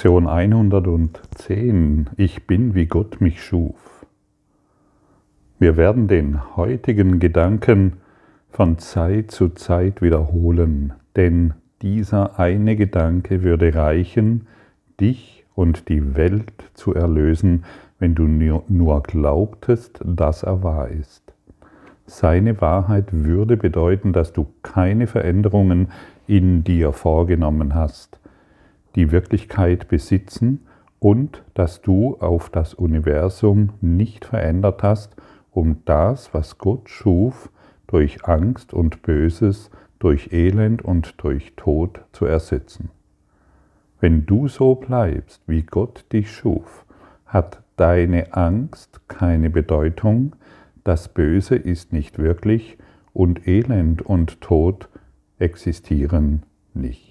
Lektion 110. Ich bin, wie Gott mich schuf. Wir werden den heutigen Gedanken von Zeit zu Zeit wiederholen, denn dieser eine Gedanke würde reichen, dich und die Welt zu erlösen, wenn du nur glaubtest, dass er wahr ist. Seine Wahrheit würde bedeuten, dass du keine Veränderungen in dir vorgenommen hast, die Wirklichkeit besitzen, und dass du auf das Universum nicht verändert hast, um das, was Gott schuf, durch Angst und Böses, durch Elend und durch Tod zu ersetzen. Wenn du so bleibst, wie Gott dich schuf, hat deine Angst keine Bedeutung, das Böse ist nicht wirklich und Elend und Tod existieren nicht.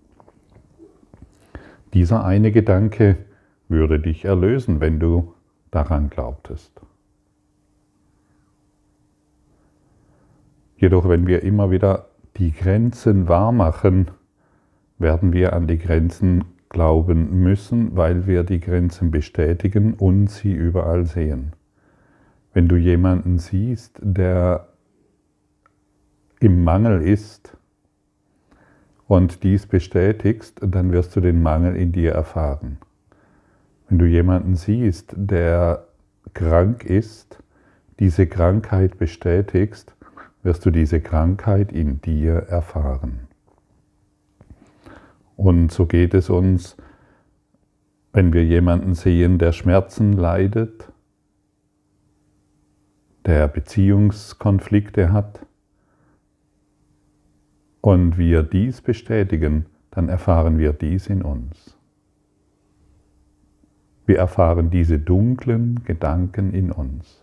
Dieser eine Gedanke würde dich erlösen, wenn du daran glaubtest. Jedoch, wenn wir immer wieder die Grenzen wahrmachen, werden wir an die Grenzen glauben müssen, weil wir die Grenzen bestätigen und sie überall sehen. Wenn du jemanden siehst, der im Mangel ist und dies bestätigst, dann wirst du den Mangel in dir erfahren. Wenn du jemanden siehst, der krank ist, diese Krankheit bestätigst, wirst du diese Krankheit in dir erfahren. Und so geht es uns, wenn wir jemanden sehen, der Schmerzen leidet, der Beziehungskonflikte hat, und wir dies bestätigen, dann erfahren wir dies in uns. Wir erfahren diese dunklen Gedanken in uns.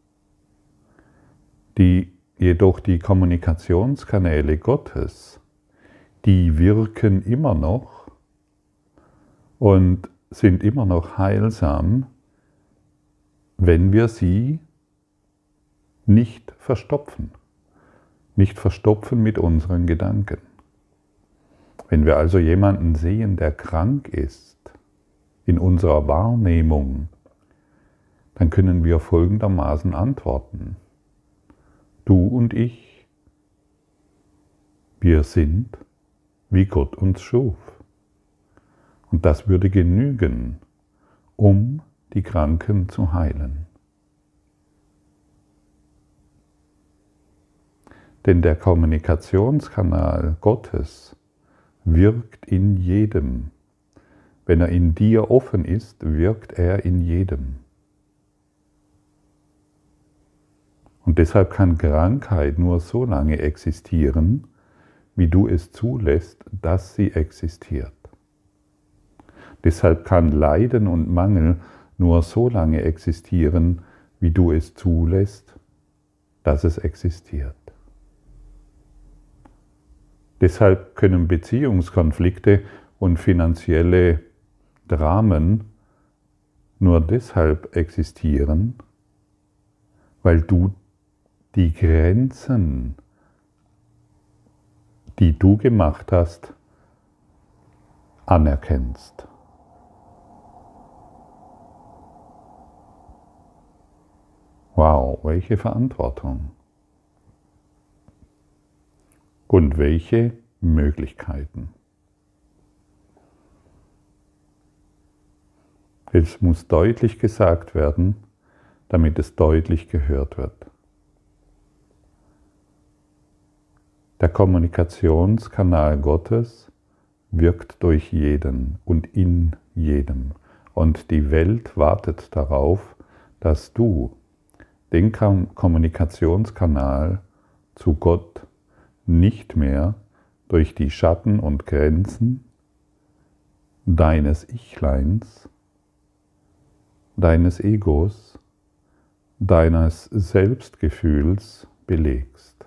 Jedoch die Kommunikationskanäle Gottes, die wirken immer noch und sind immer noch heilsam, wenn wir sie nicht verstopfen. Nicht verstopfen mit unseren Gedanken. Wenn wir also jemanden sehen, der krank ist, in unserer Wahrnehmung, dann können wir folgendermaßen antworten. Du und ich, wir sind, wie Gott uns schuf. Und das würde genügen, um die Kranken zu heilen. Denn der Kommunikationskanal Gottes wirkt in jedem. Wenn er in dir offen ist, wirkt er in jedem. Und deshalb kann Krankheit nur so lange existieren, wie du es zulässt, dass sie existiert. Deshalb kann Leiden und Mangel nur so lange existieren, wie du es zulässt, dass es existiert. Deshalb können Beziehungskonflikte und finanzielle Dramen nur deshalb existieren, weil du die Grenzen, die du gemacht hast, anerkennst. Wow, welche Verantwortung! Und welche Möglichkeiten. Es muss deutlich gesagt werden, damit es deutlich gehört wird. Der Kommunikationskanal Gottes wirkt durch jeden und in jedem. Und die Welt wartet darauf, dass du den Kommunikationskanal zu Gott nicht mehr durch die Schatten und Grenzen deines Ichleins, deines Egos, deines Selbstgefühls belegst.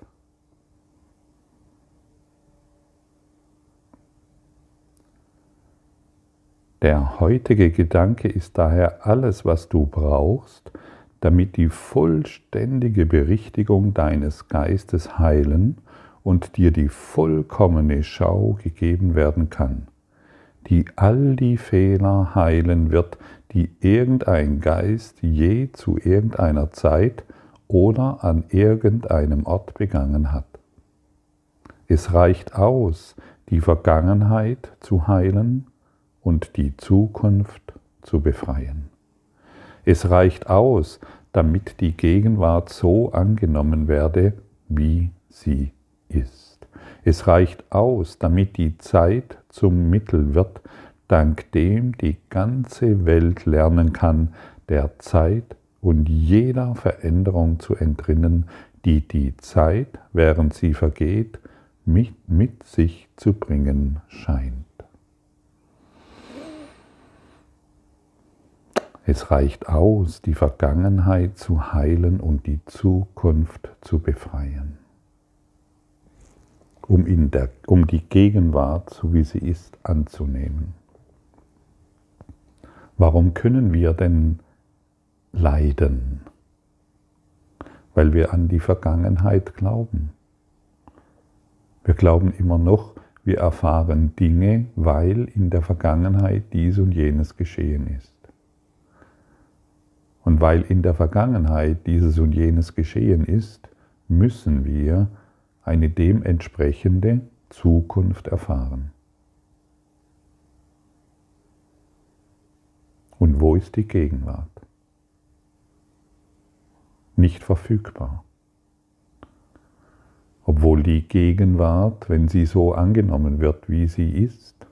Der heutige Gedanke ist daher alles, was du brauchst, damit die vollständige Berichtigung deines Geistes heilen und dir die vollkommene Schau gegeben werden kann. die all die Fehler heilen wird, die irgendein Geist je zu irgendeiner Zeit oder an irgendeinem Ort begangen hat. Es reicht aus, die Vergangenheit zu heilen und die Zukunft zu befreien. Es reicht aus, damit die Gegenwart so angenommen werde, wie sie ist. Es reicht aus, damit die Zeit zum Mittel wird, dank dem die ganze Welt lernen kann, der Zeit und jeder Veränderung zu entrinnen, die die Zeit, während sie vergeht, mit sich zu bringen scheint. Es reicht aus, die Vergangenheit zu heilen und die Zukunft zu befreien, um die Gegenwart, so wie sie ist, anzunehmen. Warum können wir denn leiden? Weil wir an die Vergangenheit glauben. Wir glauben immer noch, wir erfahren Dinge, weil in der Vergangenheit dies und jenes geschehen ist. Und weil in der Vergangenheit dieses und jenes geschehen ist, müssen wir eine dementsprechende Zukunft erfahren. Und wo ist die Gegenwart? Nicht verfügbar. Obwohl die Gegenwart, wenn sie so angenommen wird, wie sie ist,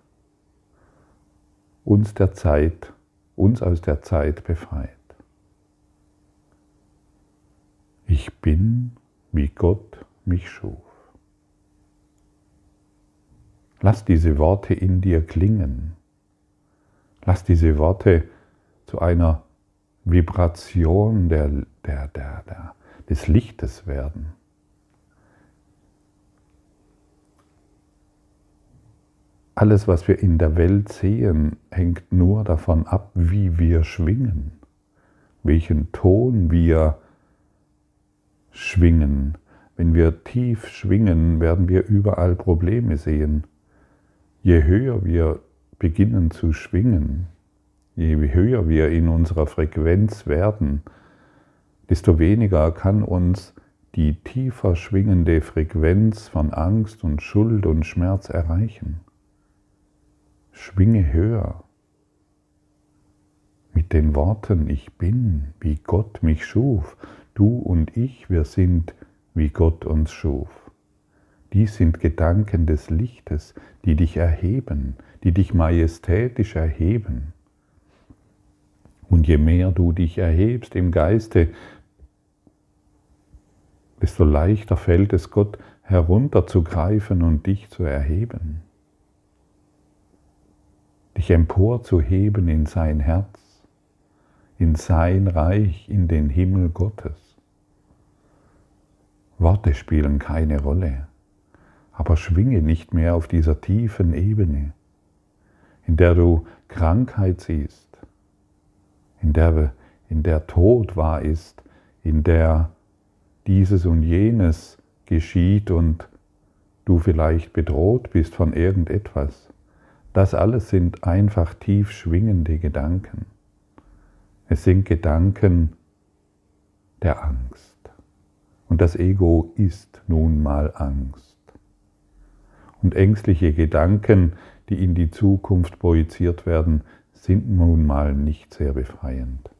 uns aus der Zeit befreit. Ich bin, wie Gott mich schuf. Lass diese Worte in dir klingen. Lass diese Worte zu einer Vibration des Lichtes werden. Alles, was wir in der Welt sehen, hängt nur davon ab, wie wir schwingen, welchen Ton wir schwingen. Wenn wir tief schwingen, werden wir überall Probleme sehen. Je höher wir beginnen zu schwingen, je höher wir in unserer Frequenz werden, desto weniger kann uns die tiefer schwingende Frequenz von Angst und Schuld und Schmerz erreichen. Schwinge höher mit den Worten: Ich bin, wie Gott mich schuf. Du und ich, wir sind, wie Gott uns schuf. Dies sind Gedanken des Lichtes, die dich erheben, die dich majestätisch erheben. Und je mehr du dich erhebst im Geiste, desto leichter fällt es Gott, herunterzugreifen und dich zu erheben. Dich emporzuheben in sein Herz, in sein Reich, in den Himmel Gottes. Worte spielen keine Rolle, aber schwinge nicht mehr auf dieser tiefen Ebene, in der du Krankheit siehst, in der Tod wahr ist, in der dieses und jenes geschieht und du vielleicht bedroht bist von irgendetwas. Das alles sind einfach tief schwingende Gedanken. Es sind Gedanken der Angst. Und das Ego ist nun mal Angst. Und ängstliche Gedanken, die in die Zukunft projiziert werden, sind nun mal nicht sehr befreiend.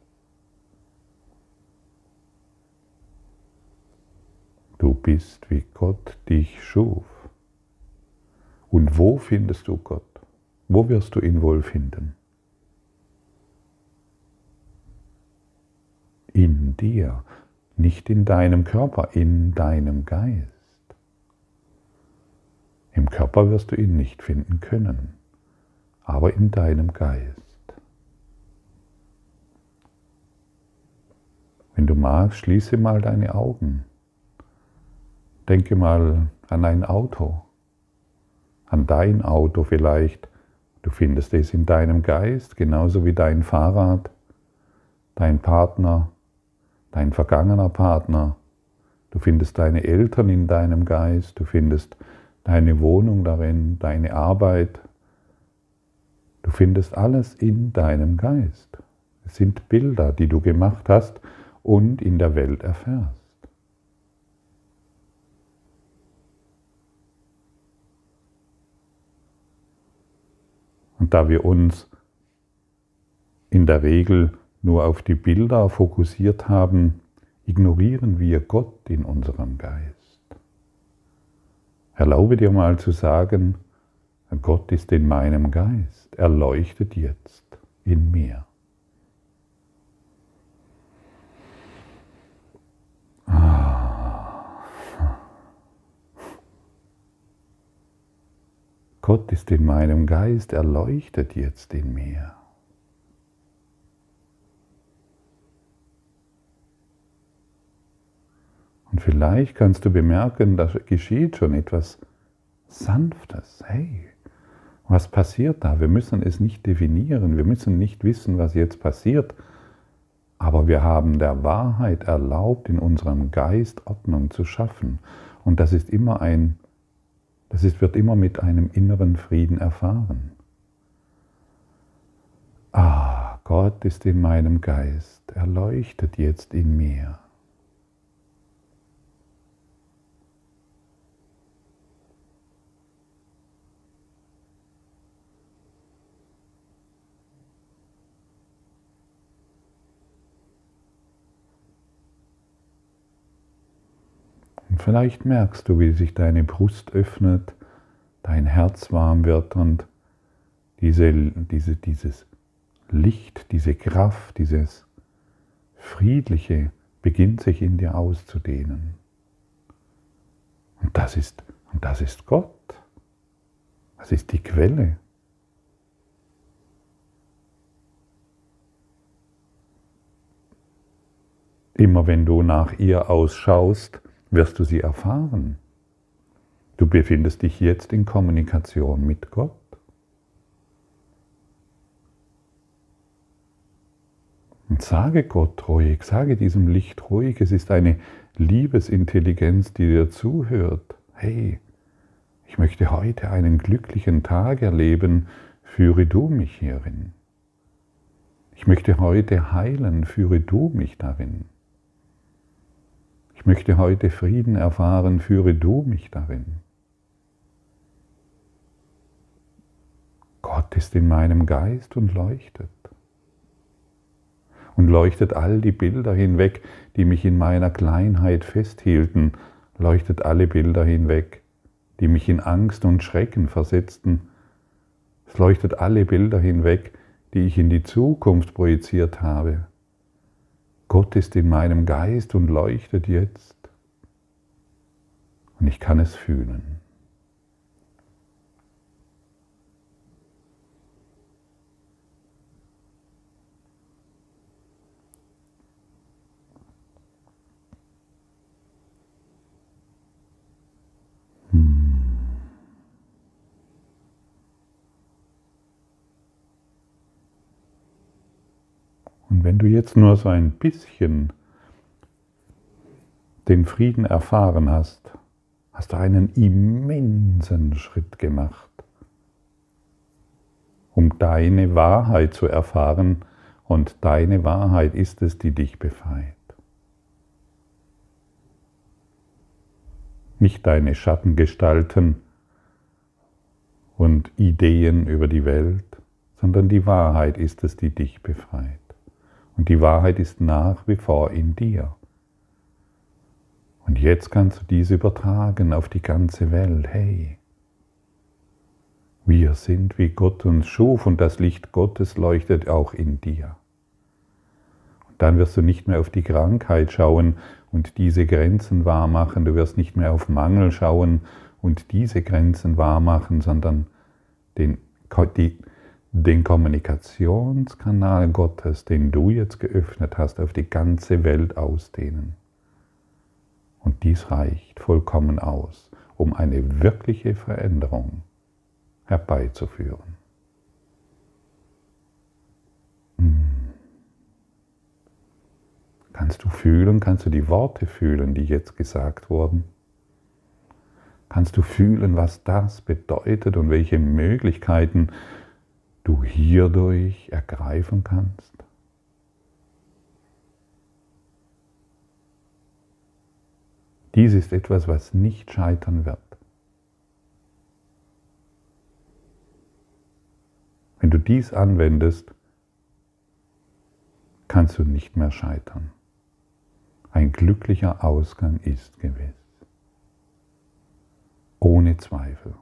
Du bist, wie Gott dich schuf. Und wo findest du Gott? Wo wirst du ihn wohl finden? In dir, nicht in deinem Körper, in deinem Geist. Im Körper wirst du ihn nicht finden können, aber in deinem Geist. Wenn du magst, schließe mal deine Augen. Denke mal an ein Auto, an dein Auto vielleicht. Du findest es in deinem Geist, genauso wie dein Fahrrad, dein Partner, dein vergangener Partner. Du findest deine Eltern in deinem Geist, du findest deine Wohnung darin, deine Arbeit, Du findest alles in deinem Geist. Es sind Bilder, die du gemacht hast und in der Welt erfährst. Und da wir uns in der Regel nur auf die Bilder fokussiert haben, ignorieren wir Gott in unserem Geist. Erlaube dir mal zu sagen, Gott ist in meinem Geist, er leuchtet jetzt in mir. Gott ist in meinem Geist, er leuchtet jetzt in mir. Und vielleicht kannst du bemerken, da geschieht schon etwas Sanftes. Hey, was passiert da? Wir müssen es nicht definieren, wir müssen nicht wissen, was jetzt passiert, aber wir haben der Wahrheit erlaubt, in unserem Geist Ordnung zu schaffen. Und das wird immer mit einem inneren Frieden erfahren. Gott ist in meinem Geist, er leuchtet jetzt in mir. Und vielleicht merkst du, wie sich deine Brust öffnet, dein Herz warm wird und dieses Licht, diese Kraft, dieses Friedliche beginnt sich in dir auszudehnen. Und das ist Gott. Das ist die Quelle. Immer wenn du nach ihr ausschaust, wirst du sie erfahren. Du befindest dich jetzt in Kommunikation mit Gott. Und sage Gott ruhig, sage diesem Licht ruhig, es ist eine Liebesintelligenz, die dir zuhört. Hey, ich möchte heute einen glücklichen Tag erleben, führe du mich hierin. Ich möchte heute heilen, führe du mich darin. Ich möchte heute Frieden erfahren, führe du mich darin. Gott ist in meinem Geist und leuchtet. Und leuchtet all die Bilder hinweg, die mich in meiner Kleinheit festhielten, leuchtet alle Bilder hinweg, die mich in Angst und Schrecken versetzten. Es leuchtet alle Bilder hinweg, die ich in die Zukunft projiziert habe. Gott ist in meinem Geist und leuchtet jetzt. Und ich kann es fühlen. Und wenn du jetzt nur so ein bisschen den Frieden erfahren hast, hast du einen immensen Schritt gemacht, um deine Wahrheit zu erfahren. Und deine Wahrheit ist es, die dich befreit. Nicht deine Schattengestalten und Ideen über die Welt, sondern die Wahrheit ist es, die dich befreit. Und die Wahrheit ist nach wie vor in dir. Und jetzt kannst du diese übertragen auf die ganze Welt. Hey, wir sind, wie Gott uns schuf, und das Licht Gottes leuchtet auch in dir. Und dann wirst du nicht mehr auf die Krankheit schauen und diese Grenzen wahrmachen. Du wirst nicht mehr auf Mangel schauen und diese Grenzen wahrmachen, sondern den Kommunikationskanal Gottes, den du jetzt geöffnet hast, auf die ganze Welt ausdehnen. Und dies reicht vollkommen aus, um eine wirkliche Veränderung herbeizuführen. Kannst du fühlen, kannst du die Worte fühlen, die jetzt gesagt wurden? Kannst du fühlen, was das bedeutet und welche Möglichkeiten du hierdurch ergreifen kannst? Dies ist etwas, was nicht scheitern wird. Wenn du dies anwendest, kannst du nicht mehr scheitern. Ein glücklicher Ausgang ist gewiss. Ohne Zweifel.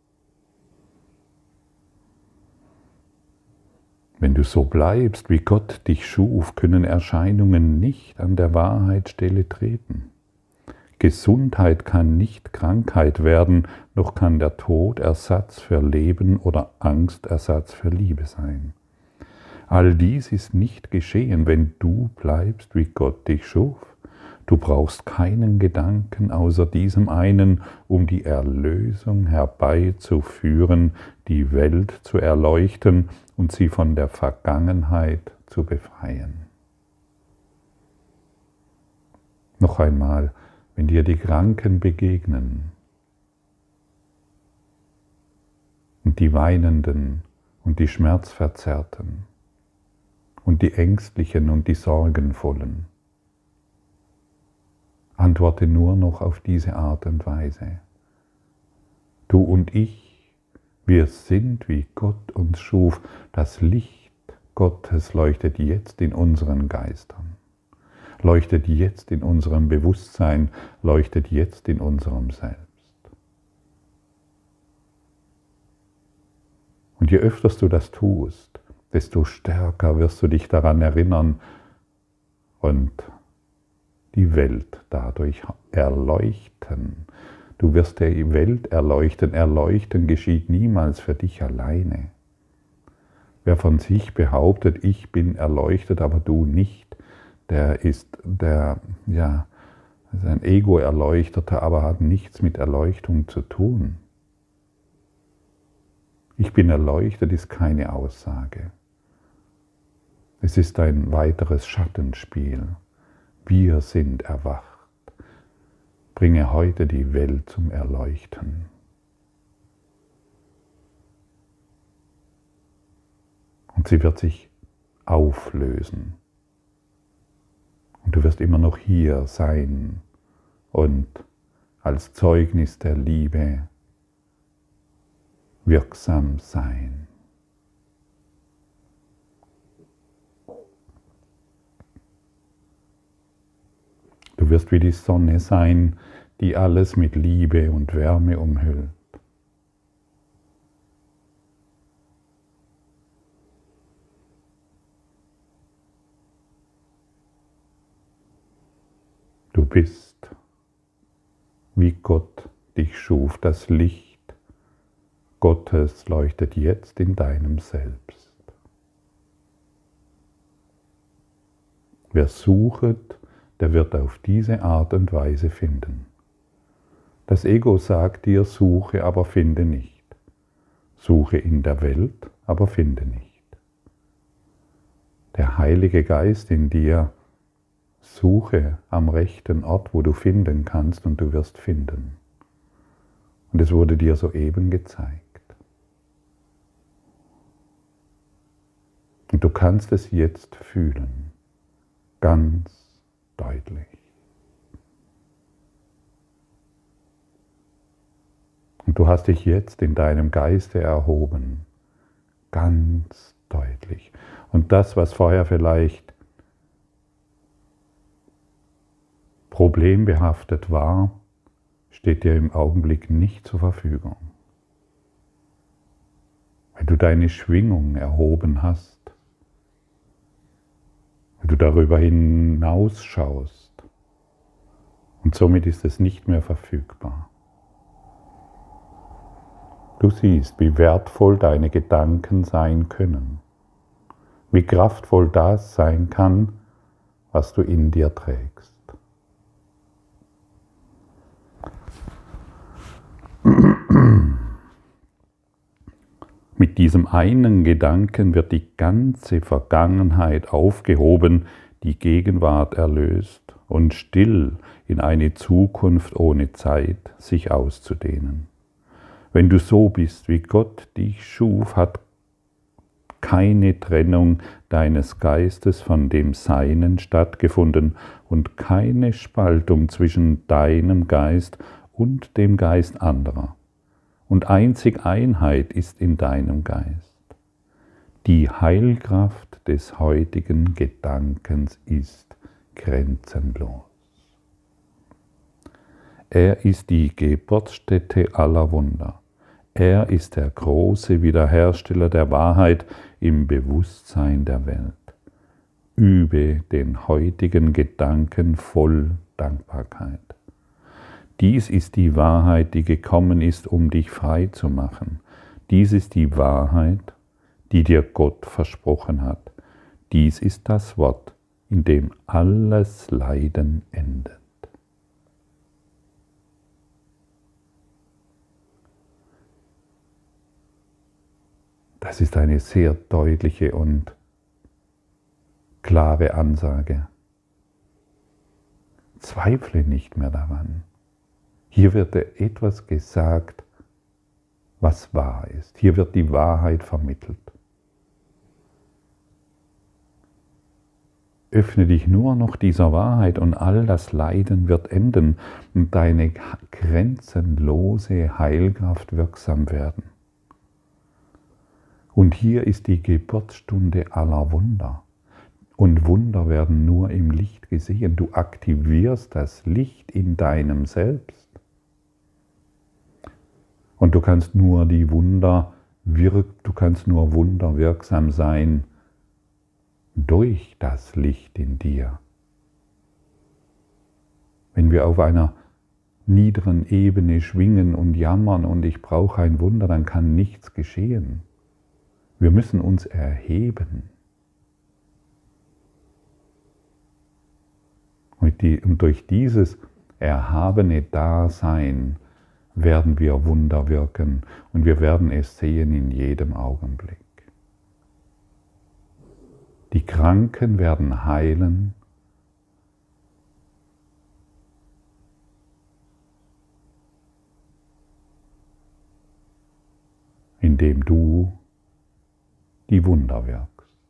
Wenn du so bleibst, wie Gott dich schuf, können Erscheinungen nicht an der Wahrheitsstelle treten. Gesundheit kann nicht Krankheit werden, noch kann der Tod Ersatz für Leben oder Angst Ersatz für Liebe sein. All dies ist nicht geschehen, wenn du bleibst, wie Gott dich schuf. Du brauchst keinen Gedanken außer diesem einen, um die Erlösung herbeizuführen, die Welt zu erleuchten und sie von der Vergangenheit zu befreien. Noch einmal, wenn dir die Kranken begegnen und die Weinenden und die Schmerzverzerrten und die Ängstlichen und die Sorgenvollen, antworte nur noch auf diese Art und Weise. Du und ich, wir sind, wie Gott uns schuf. Das Licht Gottes leuchtet jetzt in unseren Geistern, leuchtet jetzt in unserem Bewusstsein, leuchtet jetzt in unserem Selbst. Und je öfter du das tust, desto stärker wirst du dich daran erinnern und die Welt dadurch erleuchten. Du wirst die Welt erleuchten. Erleuchten geschieht niemals für dich alleine. Wer von sich behauptet, ich bin erleuchtet, aber du nicht, der ist ein Ego-Erleuchteter, aber hat nichts mit Erleuchtung zu tun. Ich bin erleuchtet ist keine Aussage. Es ist ein weiteres Schattenspiel. Wir sind erwacht. Bringe heute die Welt zum Erleuchten. Und sie wird sich auflösen. Und du wirst immer noch hier sein und als Zeugnis der Liebe wirksam sein. Du wirst wie die Sonne sein, die alles mit Liebe und Wärme umhüllt. Du bist, wie Gott dich schuf. Das Licht Gottes leuchtet jetzt in deinem Selbst. Wer suchet, der wird auf diese Art und Weise finden. Das Ego sagt dir, suche, aber finde nicht. Suche in der Welt, aber finde nicht. Der Heilige Geist in dir, suche am rechten Ort, wo du finden kannst, und du wirst finden. Und es wurde dir soeben gezeigt. Und du kannst es jetzt fühlen, ganz deutlich. Und du hast dich jetzt in deinem Geiste erhoben, ganz deutlich. Und das, was vorher vielleicht problembehaftet war, steht dir im Augenblick nicht zur Verfügung. Weil du deine Schwingung erhoben hast, weil du darüber hinausschaust und somit ist es nicht mehr verfügbar. Du siehst, wie wertvoll deine Gedanken sein können, wie kraftvoll das sein kann, was du in dir trägst. Mit diesem einen Gedanken wird die ganze Vergangenheit aufgehoben, die Gegenwart erlöst und still in eine Zukunft ohne Zeit sich auszudehnen. Wenn du so bist, wie Gott dich schuf, hat keine Trennung deines Geistes von dem Seinen stattgefunden und keine Spaltung zwischen deinem Geist und dem Geist anderer. Und einzig Einheit ist in deinem Geist. Die Heilkraft des heutigen Gedankens ist grenzenlos. Er ist die Geburtsstätte aller Wunder. Er ist der große Wiederhersteller der Wahrheit im Bewusstsein der Welt. Übe den heutigen Gedanken voll Dankbarkeit. Dies ist die Wahrheit, die gekommen ist, um dich frei zu machen. Dies ist die Wahrheit, die dir Gott versprochen hat. Dies ist das Wort, in dem alles Leiden endet. Das ist eine sehr deutliche und klare Ansage. Zweifle nicht mehr daran. Hier wird dir etwas gesagt, was wahr ist. Hier wird die Wahrheit vermittelt. Öffne dich nur noch dieser Wahrheit und all das Leiden wird enden und deine grenzenlose Heilkraft wirksam werden. Und hier ist die Geburtsstunde aller Wunder. Und Wunder werden nur im Licht gesehen. Du aktivierst das Licht in deinem Selbst. Und du kannst nur wunderwirksam sein durch das Licht in dir. Wenn wir auf einer niederen Ebene schwingen und jammern und ich brauche ein Wunder, dann kann nichts geschehen. Wir müssen uns erheben. Und durch dieses erhabene Dasein werden wir Wunder wirken und wir werden es sehen in jedem Augenblick. Die Kranken werden heilen. Indem du die Wunder wirkst.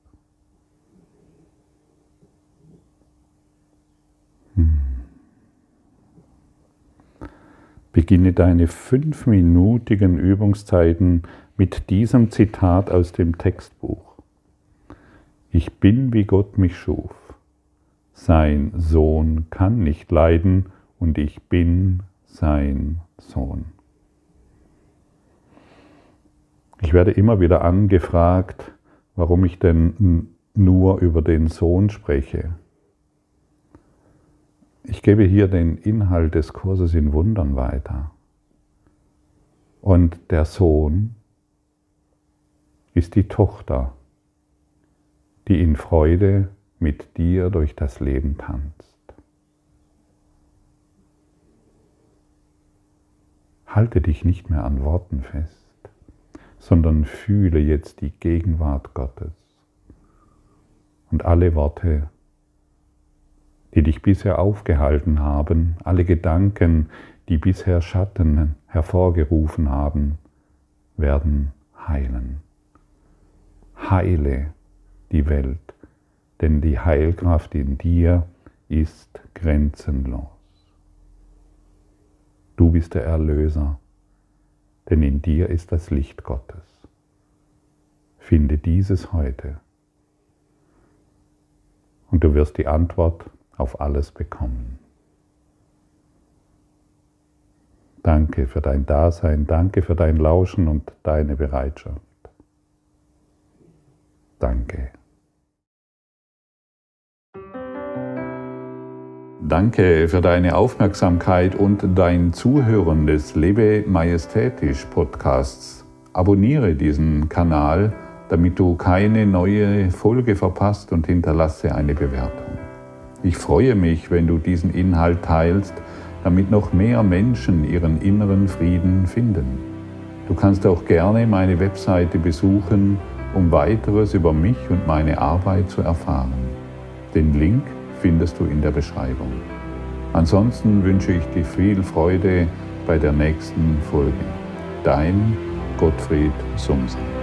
Beginne deine 5-minütigen Übungszeiten mit diesem Zitat aus dem Textbuch. Ich bin, wie Gott mich schuf. Sein Sohn kann nicht leiden und ich bin sein Sohn. Ich werde immer wieder angefragt, warum ich denn nur über den Sohn spreche. Ich gebe hier den Inhalt des Kurses in Wundern weiter. Und der Sohn ist die Tochter, die in Freude mit dir durch das Leben tanzt. Halte dich nicht mehr an Worten fest, sondern fühle jetzt die Gegenwart Gottes. Und alle Worte, die dich bisher aufgehalten haben, alle Gedanken, die bisher Schatten hervorgerufen haben, werden heilen. Heile die Welt, denn die Heilkraft in dir ist grenzenlos. Du bist der Erlöser, denn in dir ist das Licht Gottes. Finde dieses heute und du wirst die Antwort auf alles bekommen. Danke für dein Dasein, danke für dein Lauschen und deine Bereitschaft. Danke. Danke für deine Aufmerksamkeit und dein Zuhören des Lebe Majestätisch Podcasts. Abonniere diesen Kanal, damit du keine neue Folge verpasst und hinterlasse eine Bewertung. Ich freue mich, wenn du diesen Inhalt teilst, damit noch mehr Menschen ihren inneren Frieden finden. Du kannst auch gerne meine Webseite besuchen, um weiteres über mich und meine Arbeit zu erfahren. Den Link findest du in der Beschreibung. Ansonsten wünsche ich dir viel Freude bei der nächsten Folge. Dein Gottfried Sumsen.